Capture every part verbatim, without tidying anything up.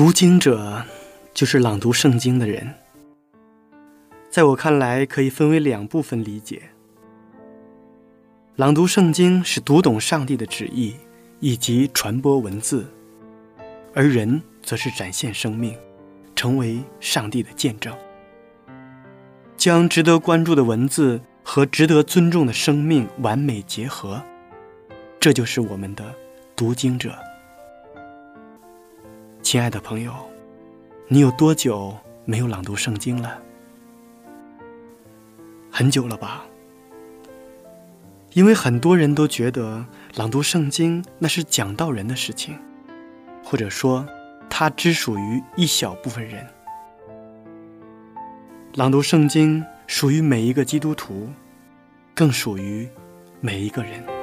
读经者就是朗读圣经的人，在我看来可以分为两部分理解。朗读圣经是读懂上帝的旨意以及传播文字，而人则是展现生命，成为上帝的见证，将值得关注的文字和值得尊重的生命完美结合，这就是我们的读经者。亲爱的朋友，你有多久没有朗读圣经了？很久了吧？因为很多人都觉得朗读圣经那是讲道人的事情，或者说它只属于一小部分人。朗读圣经属于每一个基督徒，更属于每一个人。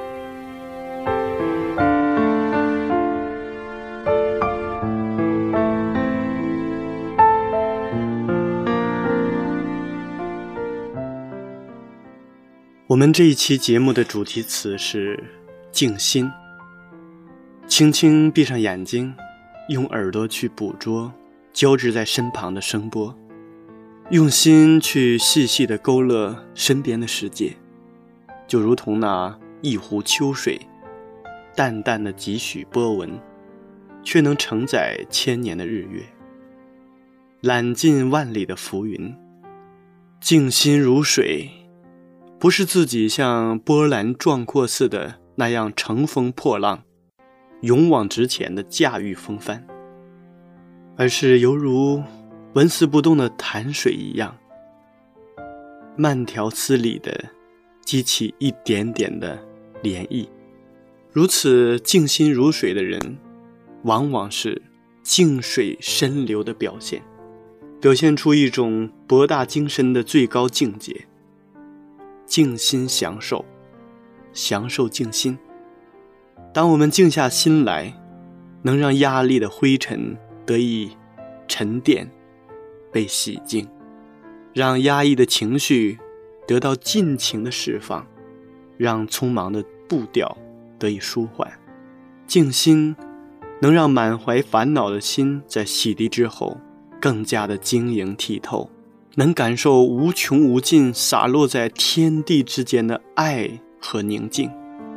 我们这一期节目的主题词是静心。轻轻闭上眼睛，用耳朵去捕捉交织在身旁的声波，用心去细细地勾勒身边的世界，就如同那一湖秋水，淡淡的几许波纹，却能承载千年的日月，揽尽万里的浮云。静心如水，不是自己像波澜壮阔似的那样乘风破浪，勇往直前的驾驭风帆，而是犹如纹丝不动的潭水一样，慢条斯理地激起一点点的涟漪。如此静心如水的人，往往是静水深流的表现，表现出一种博大精深的最高境界。静心享受，享受静心。当我们静下心来，能让压力的灰尘得以沉淀，被洗净，让压抑的情绪得到尽情的释放，让匆忙的步调得以舒缓。静心能让满怀烦恼的心在洗涤之后更加的晶莹剔透，能感受无穷无尽洒落在天地之间的爱和宁静。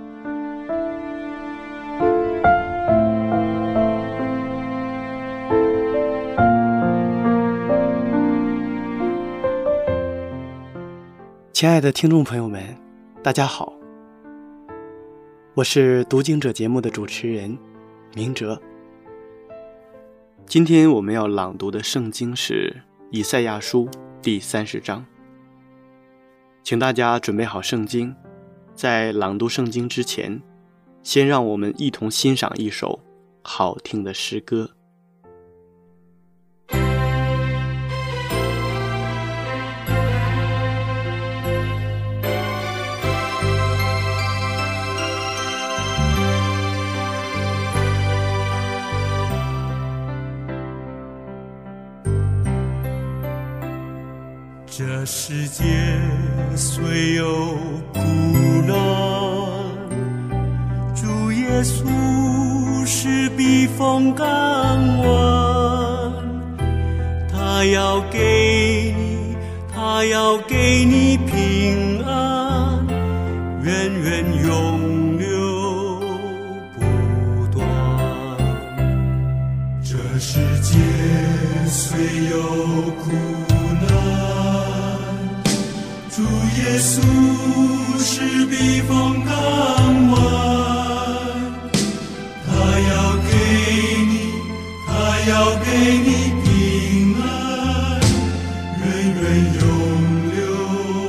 亲爱的听众朋友们，大家好，我是读经者节目的主持人明哲。今天我们要朗读的圣经是以赛亚书第三十章，请大家准备好圣经。在朗读圣经之前，先让我们一同欣赏一首好听的诗歌。 这世界虽有苦难，主耶稣是避风港湾，他要给你，他要给你平安，源源永流不断。这世界虽有苦主耶稣是避风港湾，他要给你，他要给你平安，源源永流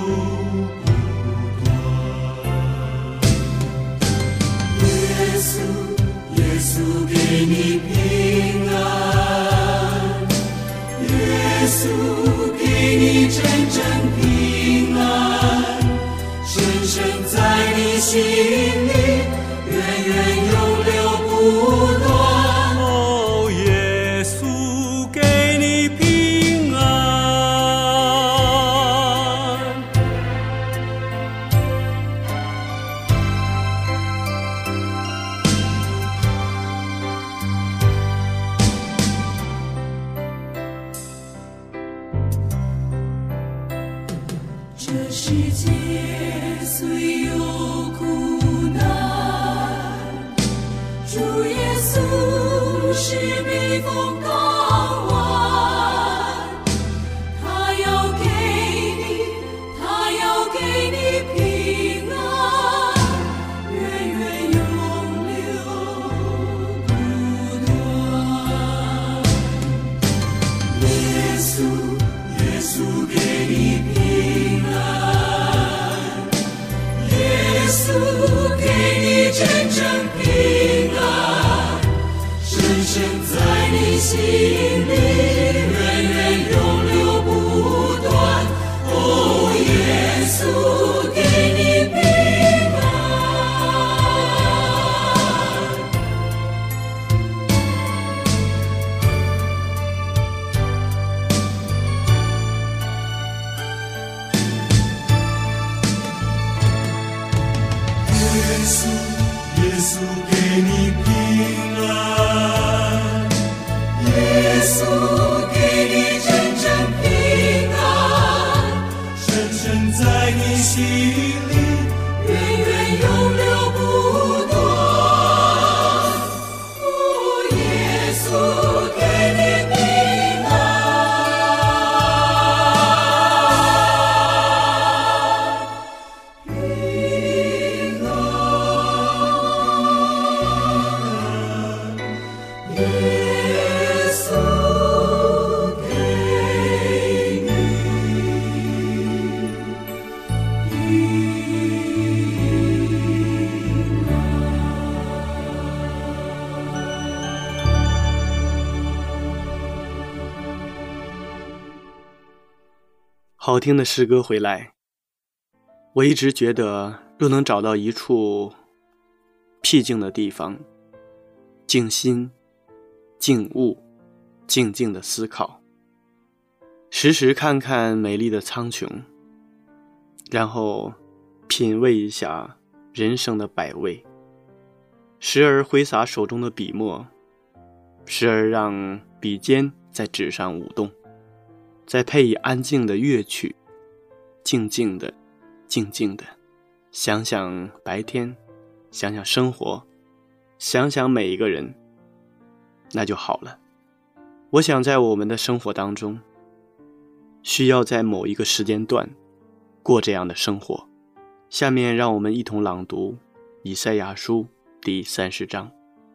不断。耶稣，耶稣给你平安，耶稣给你真正平安，深深在你心里，源源永流不断。哦，耶稣给你平安。 港湾。他要给你，他要给你平安，源源永流不断。耶稣，耶稣给你平安，耶稣给你真正平安，深深在你心里，源源永流不断。哦，耶稣给你平安。耶稣，耶稣给你平安，耶稣给你真正平安，深深在你心里，源源永流不断。哦，耶稣给你平安。耶稣给你平好听的诗歌回来，我一直觉得，若能找到一处僻静的地方，静心、静物、静静的思考，时时看看美丽的苍穹，然后品味一下人生的百味，时而挥洒手中的笔墨，时而让笔尖在纸上舞动，再配以安静的乐曲，静静的静静的想想白天，想想生活，想想每一个人，那就好了。我想在我们的生活当中，需要在某一个时间段过这样的生活。下面让我们一同朗读以赛亚书第三十章。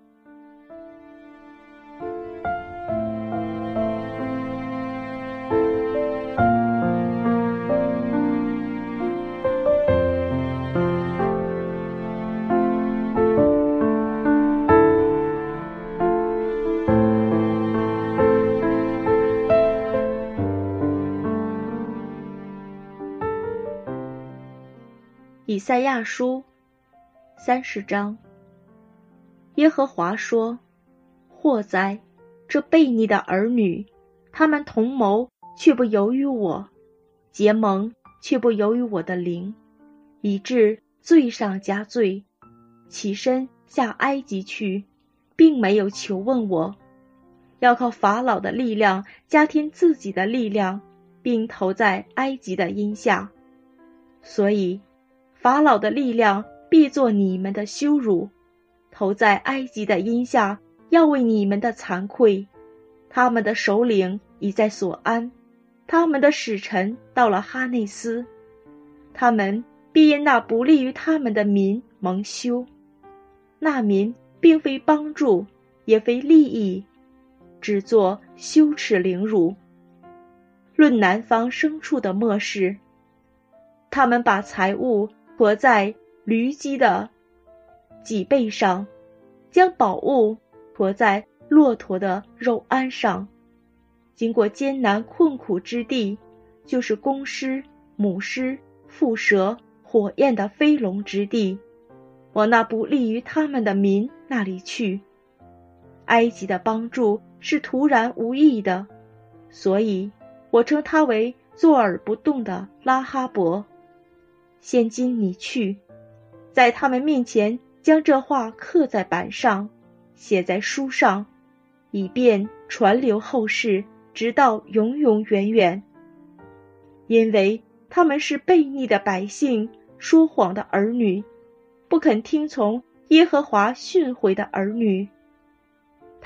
以赛亚书三十章。耶和华说：祸哉，这悖逆的儿女，他们同谋却不由于我，结盟却不由于我的灵，以致罪上加罪，起身下埃及去，并没有求问我，要靠法老的力量加添自己的力量，并投在埃及的荫下。所以法老的力量必作你们的羞辱，投在埃及的荫下，要为你们的惭愧。他们的首领已在所安，他们的使臣到了哈内斯，他们必因那不利于他们的民蒙羞。那民并非帮助，也非利益，只作羞耻凌辱。论南方牲畜的末世，他们把财物驮在驴驹的脊背上，将宝物驮在骆驼的肉鞍上，经过艰难困苦之地，就是公狮、母狮、蝮蛇、火焰的飞龙之地，往那不利于他们的民那里去。埃及的帮助是突然无益的，所以我称它为坐而不动的拉哈伯。现今你去，在他们面前将这话刻在板上，写在书上，以便传流后世，直到永永远远。因为他们是悖逆的百姓，说谎的儿女，不肯听从耶和华训诲的儿女。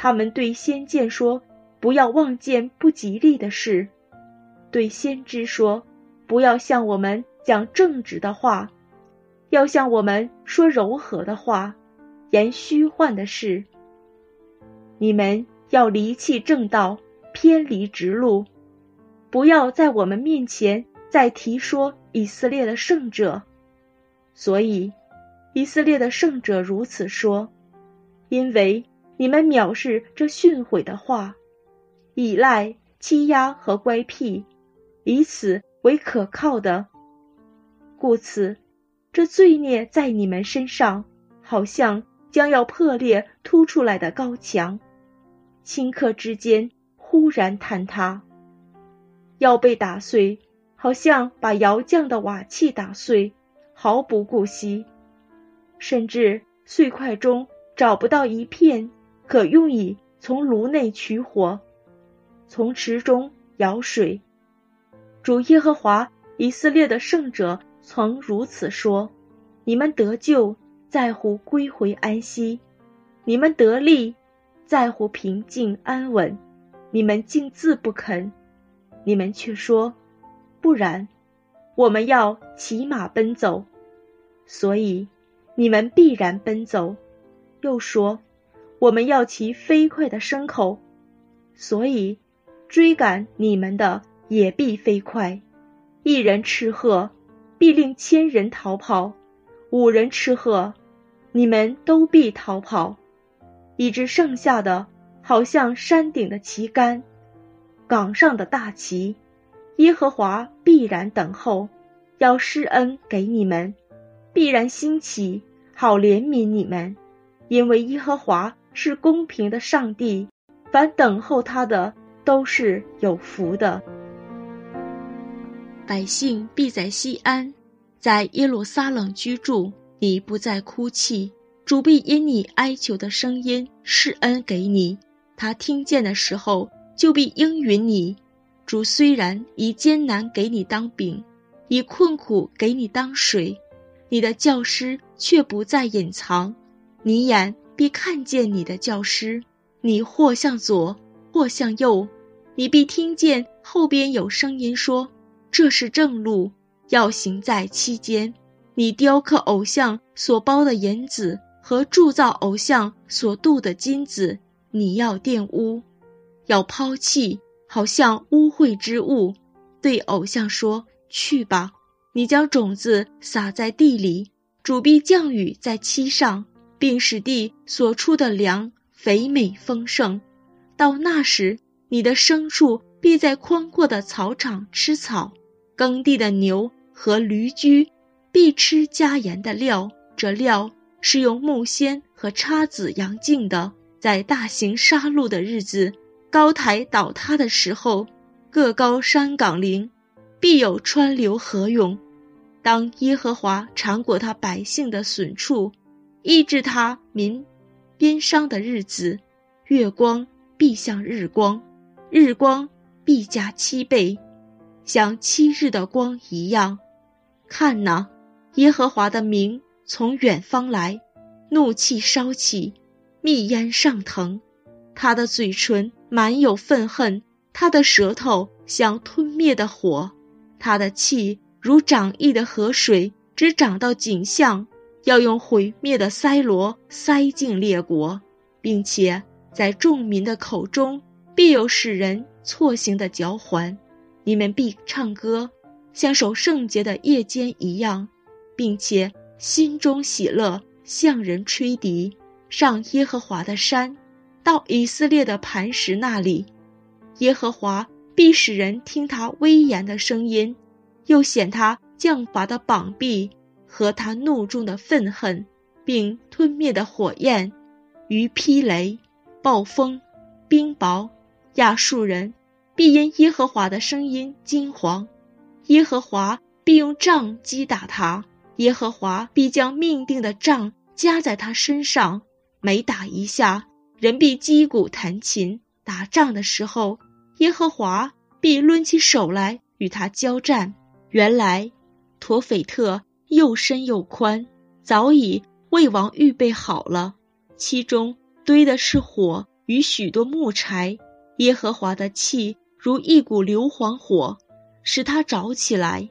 他们对先见说，不要望见不吉利的事；对先知说，不要向我们讲正直的话，要向我们说柔和的话，言虚幻的事。你们要离弃正道，偏离直路，不要在我们面前再提说以色列的圣者。所以以色列的圣者如此说，因为你们藐视这训诲的话，倚赖、欺压和乖僻，以此为可靠的。故此，这罪孽在你们身上，好像将要破裂凸出来的高墙，顷刻之间忽然坍塌，要被打碎，好像把窑匠的瓦器打碎，毫不顾惜，甚至碎块中找不到一片可用以从炉内取火，从池中舀水。主耶和华以色列的圣者曾如此说，你们得救在乎归回安息，你们得利在乎平静安稳，你们竟自不肯，你们却说，不然，我们要骑马奔走，所以你们必然奔走。又说，我们要骑飞快的牲口，所以追赶你们的也必飞快。一人斥喝，必令千人逃跑；五人斥喝，你们都必逃跑，以致剩下的好像山顶的旗杆，岗上的大旗。耶和华必然等候，要施恩给你们，必然兴起，好怜悯你们。因为耶和华是公平的上帝，凡等候他的都是有福的。 百姓必在西安，在耶路撒冷居住，你不再哭泣。主必因你哀求的声音施恩给你，他听见的时候就必应允你。主虽然以艰难给你当饼，以困苦给你当水，你的教师却不再隐藏，你眼必看见你的教师，你或向左，或向右，你必听见后边有声音说，这是正路，要行在其间。你雕刻偶像所包的银子和铸造偶像所镀的金子，你要玷污，要抛弃，好像污秽之物，对偶像说，去吧。你将种子撒在地里，主必降雨在其上，并使地所出的粮肥美丰盛。到那时，你的牲畜必在宽阔的草场吃草，耕地的牛和驴驹必吃加盐的料，这料是用木锨和叉子扬净的。在大型杀戮的日子，高台倒塌的时候，各高山岗陵必有川流河涌。当耶和华尝过他百姓的损处，医治他民鞭伤的日子，月光必像日光，日光必加七倍，像七日的光一样。看哪，耶和华的名从远方来，怒气烧起，密烟上腾，他的嘴唇满有愤恨，他的舌头像吞灭的火，他的气如涨溢的河水，只涨到颈项，要用毁灭的塞罗塞进列国，并且在众民的口中必有使人错行的嚼环。你们必唱歌，像守圣节的夜间一样，并且心中喜乐，向人吹笛，上耶和华的山，到以色列的磐石那里。耶和华必使人听他威严的声音，又显他降罚的膀臂和他怒中的愤恨，并吞灭的火焰，于霹雷、暴风、冰雹。亚述人必因耶和华的声音惊惶，耶和华必用杖击打他，耶和华必将命定的杖加在他身上，每打一下，人必击鼓弹琴。打仗的时候，耶和华必抡起手来与他交战。原来陀斐特又深又宽，早已为王预备好了，其中堆的是火与许多木柴，耶和华的气如一股硫磺火，使它着起来。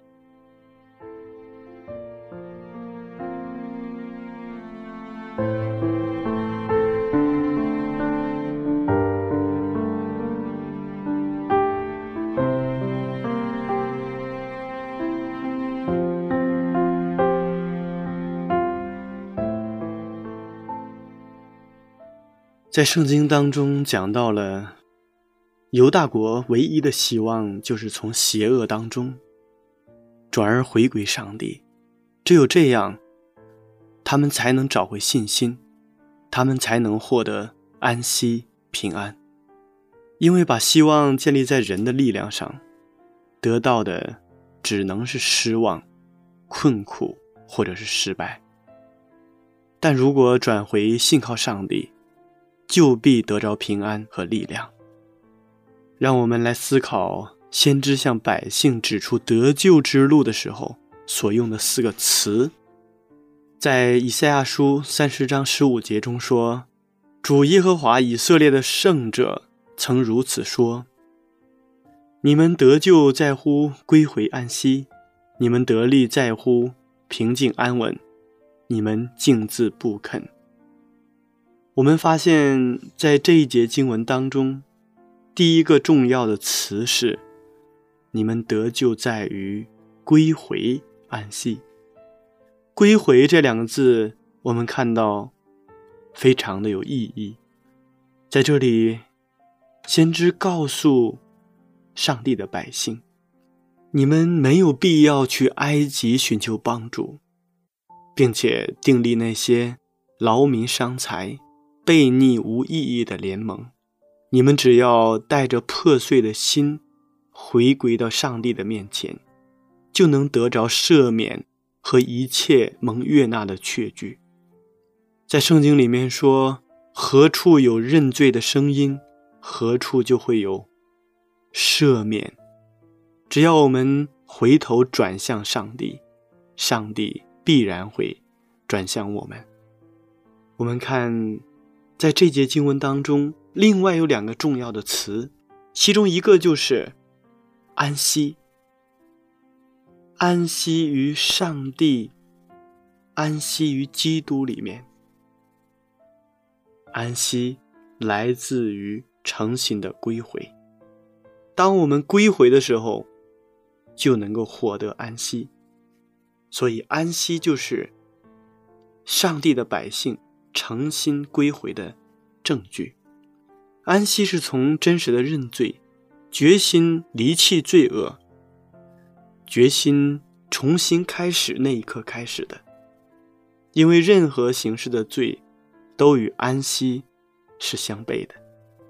在圣经当中讲到了犹大国唯一的希望就是从邪恶当中转而回归上帝，只有这样他们才能找回信心，他们才能获得安息平安。因为把希望建立在人的力量上，得到的只能是失望、困苦或者是失败。但如果转回信靠上帝，就必得着平安和力量。让我们来思考先知向百姓指出得救之路的时候所用的四个词。在以赛亚书三十章十五节中说，主耶和华以色列的圣者曾如此说，你们得救在乎归回安息，你们得力在乎平静安稳，你们竟自不肯。我们发现在这一节经文当中，第一个重要的词是你们得救在于归回安息。归回这两个字我们看到非常的有意义。在这里先知告诉上帝的百姓，你们没有必要去埃及寻求帮助，并且订立那些劳民伤财悖逆无意义的联盟，你们只要带着破碎的心回归到上帝的面前，就能得着赦免和一切蒙悦纳的确据。在圣经里面说，何处有认罪的声音，何处就会有赦免。只要我们回头转向上帝，上帝必然会转向我们。我们看在这节经文当中，另外有两个重要的词，其中一个就是安息。安息于上帝，安息于基督里面。安息来自于诚心的归回。当我们归回的时候，就能够获得安息。所以安息就是上帝的百姓诚心归回的证据。安息是从真实的认罪，决心离弃罪恶，决心重新开始那一刻开始的。因为任何形式的罪都与安息是相悖的。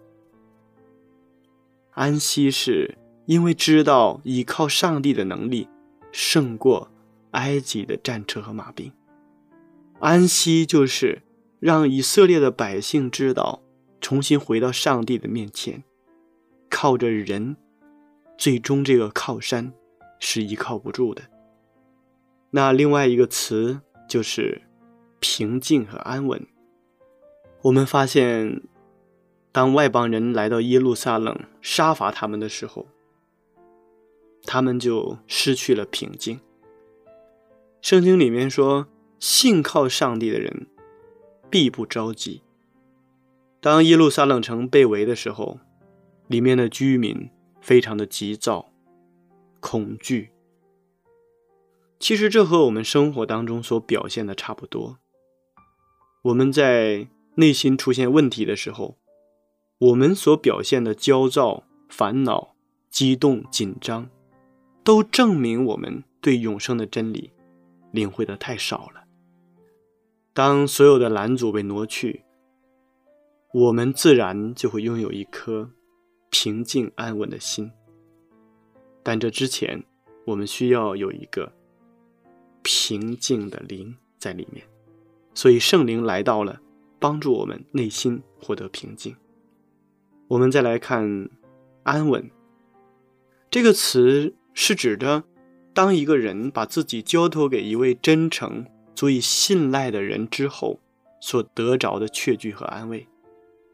安息是因为知道依靠上帝的能力胜过埃及的战车和马兵。安息就是让以色列的百姓知道，重新回到上帝的面前，靠着人，最终这个靠山是依靠不住的。那另外一个词就是平静和安稳。我们发现当外邦人来到耶路撒冷杀伐他们的时候，他们就失去了平静。圣经里面说，信靠上帝的人必不着急。当耶路撒冷城被围的时候，里面的居民非常的急躁恐惧。其实这和我们生活当中所表现的差不多。我们在内心出现问题的时候，我们所表现的焦躁、烦恼、激动、紧张，都证明我们对永生的真理领会的太少了。当所有的拦阻被挪去，我们自然就会拥有一颗平静安稳的心。但这之前，我们需要有一个平静的灵在里面。所以圣灵来到了，帮助我们内心获得平静。我们再来看安稳这个词，是指着当一个人把自己交托给一位真诚足以信赖的人之后所得着的确据和安慰。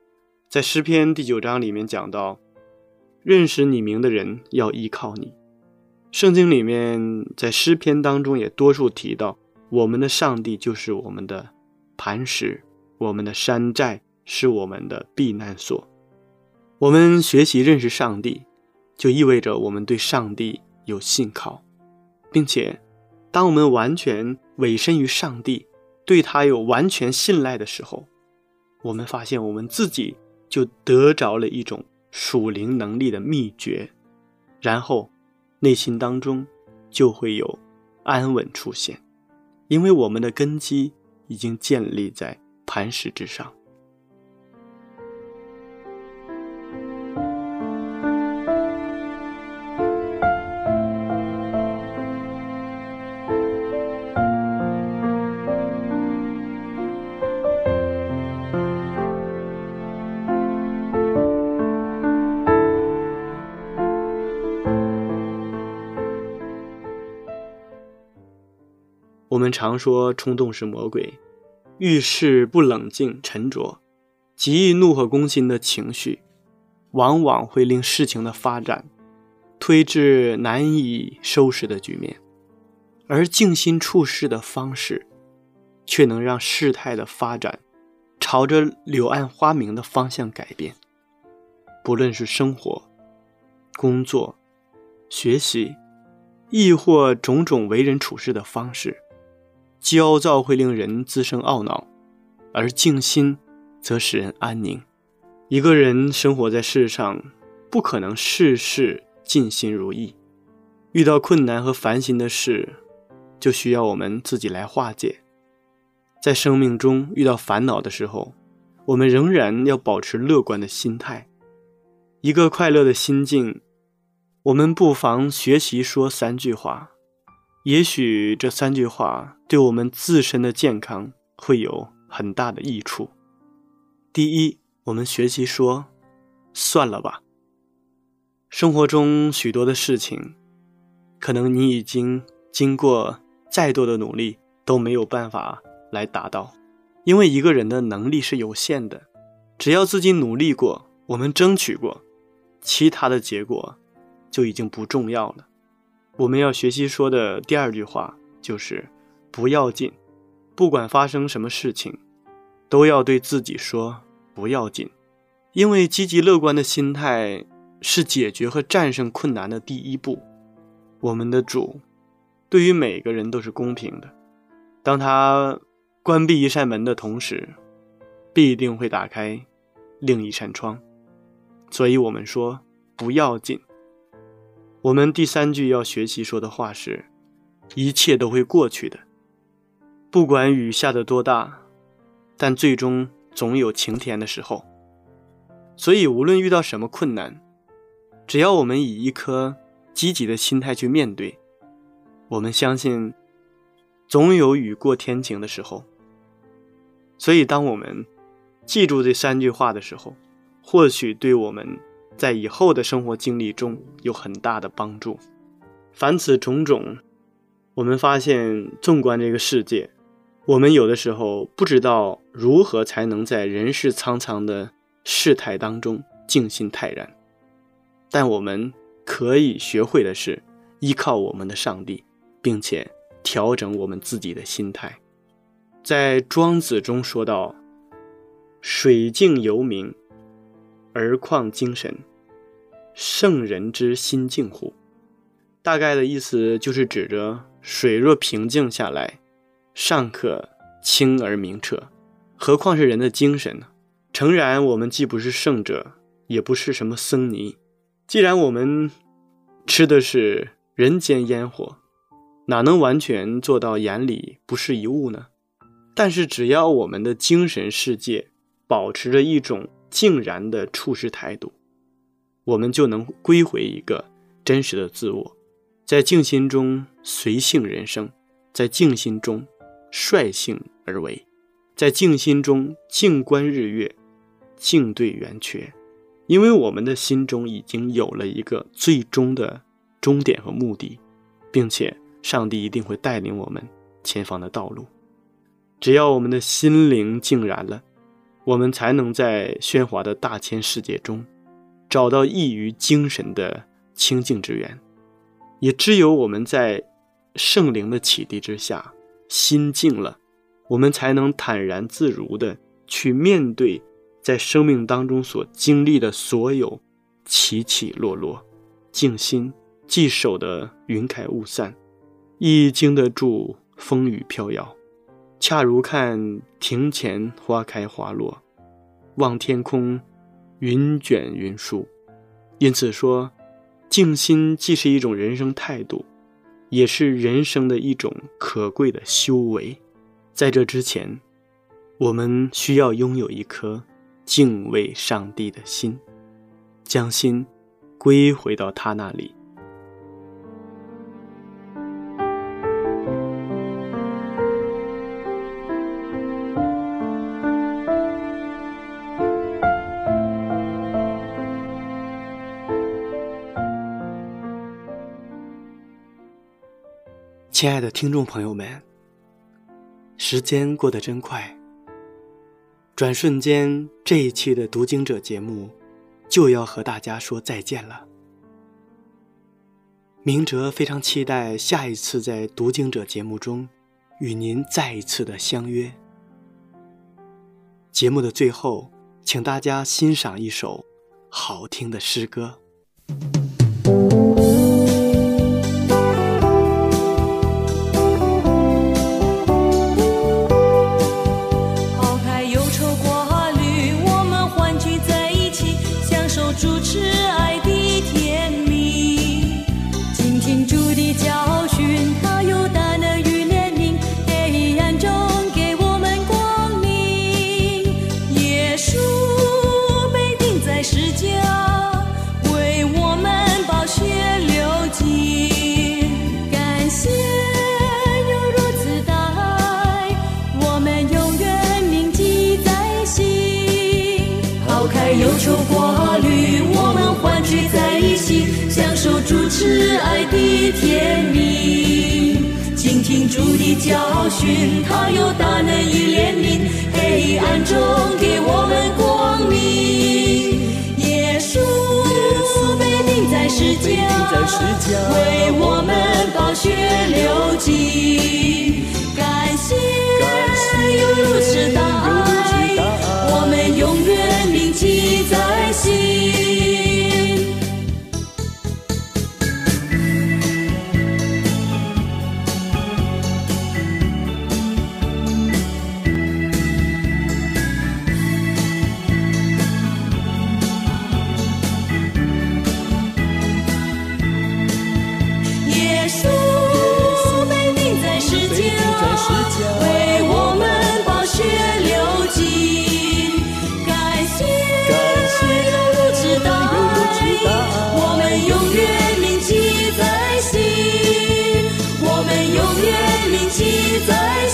在诗篇第九章里面讲到，认识你名的人要依靠你。圣经里面在诗篇当中也多数提到，我们的上帝就是我们的磐石，我们的山寨是我们的避难所。我们学习认识上帝，就意味着我们对上帝有信靠，并且当我们完全委身于上帝，对他有完全信赖的时候，我们发现我们自己就得着了一种属灵能力的秘诀，然后内心当中就会有安稳出现，因为我们的根基已经建立在磐石之上。我们常说冲动是魔鬼，遇事不冷静沉着，极易怒火攻心的情绪往往会令事情的发展推至难以收拾的局面，而静心处事的方式却能让事态的发展朝着柳暗花明的方向改变。不论是生活、工作、学习，亦或种种为人处事的方式，焦躁会令人滋生懊恼，而静心则使人安宁。一个人生活在世上，不可能事事尽心如意，遇到困难和烦心的事，就需要我们自己来化解。在生命中遇到烦恼的时候，我们仍然要保持乐观的心态，一个快乐的心境。我们不妨学习说三句话，也许这三句话对我们自身的健康会有很大的益处。第一，我们学习说算了吧。生活中许多的事情，可能你已经经过再多的努力都没有办法来达到，因为一个人的能力是有限的，只要自己努力过，我们争取过，其他的结果就已经不重要了。我们要学习说的第二句话就是不要紧，不管发生什么事情，都要对自己说不要紧，因为积极乐观的心态是解决和战胜困难的第一步。我们的主对于每个人都是公平的，当他关闭一扇门的同时，必定会打开另一扇窗。所以我们说不要紧。我们第三句要学习说的话是一切都会过去的，不管雨下得多大，但最终总有晴天的时候。所以无论遇到什么困难，只要我们以一颗积极的心态去面对，我们相信总有雨过天晴的时候。所以当我们记住这三句话的时候，或许对我们在以后的生活经历中有很大的帮助。凡此种种，我们发现纵观这个世界，我们有的时候不知道如何才能在人世苍苍的事态当中静心泰然，但我们可以学会的是依靠我们的上帝，并且调整我们自己的心态。在庄子中说到，水静犹明，而况精神，圣人之心静乎。大概的意思就是指着水若平静下来，尚可清而明澈，何况是人的精神呢？诚然，我们既不是圣者，也不是什么僧尼，既然我们吃的是人间烟火，哪能完全做到眼里不是一物呢？但是只要我们的精神世界保持着一种静然的处事态度，我们就能归回一个真实的自我，在静心中随性人生，在静心中率性而为，在静心中静观日月，静对圆缺。因为我们的心中已经有了一个最终的终点和目的，并且上帝一定会带领我们前方的道路。只要我们的心灵静然了， 我们才能在喧哗的大千世界中找到益于精神的清净之源。也只有我们在圣灵的启迪之下，心静了，我们才能坦然自如地去面对在生命当中所经历的所有起起落落。静心既守得云开雾散，亦经得住风雨飘摇，恰如看庭前花开花落，望天空云卷云舒。因此说，静心既是一种人生态度，也是人生的一种可贵的修为。在这之前，我们需要拥有一颗敬畏上帝的心，将心归回到他那里。亲爱的听众朋友们，时间过得真快，转瞬间这一期的读经者节目就要和大家说再见了。明哲非常期待下一次在读经者节目中与您再一次的相约。节目的最后，请大家欣赏一首好听的诗歌。 主持爱的甜蜜，倾听主的教训，他有大能与怜悯，黑暗中给我们光明。耶稣被钉在十架，为我们宝血流尽，感谢有如此大爱，我们永远铭记在心。抛开忧愁挂虑，我们欢聚在一起，享受主慈爱的甜蜜，倾听主的教训，他有大能与怜悯，黑暗中给我们光明。耶稣被钉在十架，为我们宝血流尽，感谢有如此大爱，我们永远铭记在心。耶稣被钉在十架，为我们宝血流尽，感谢有如此大爱，我们永远铭记在心，我们永远铭记在心。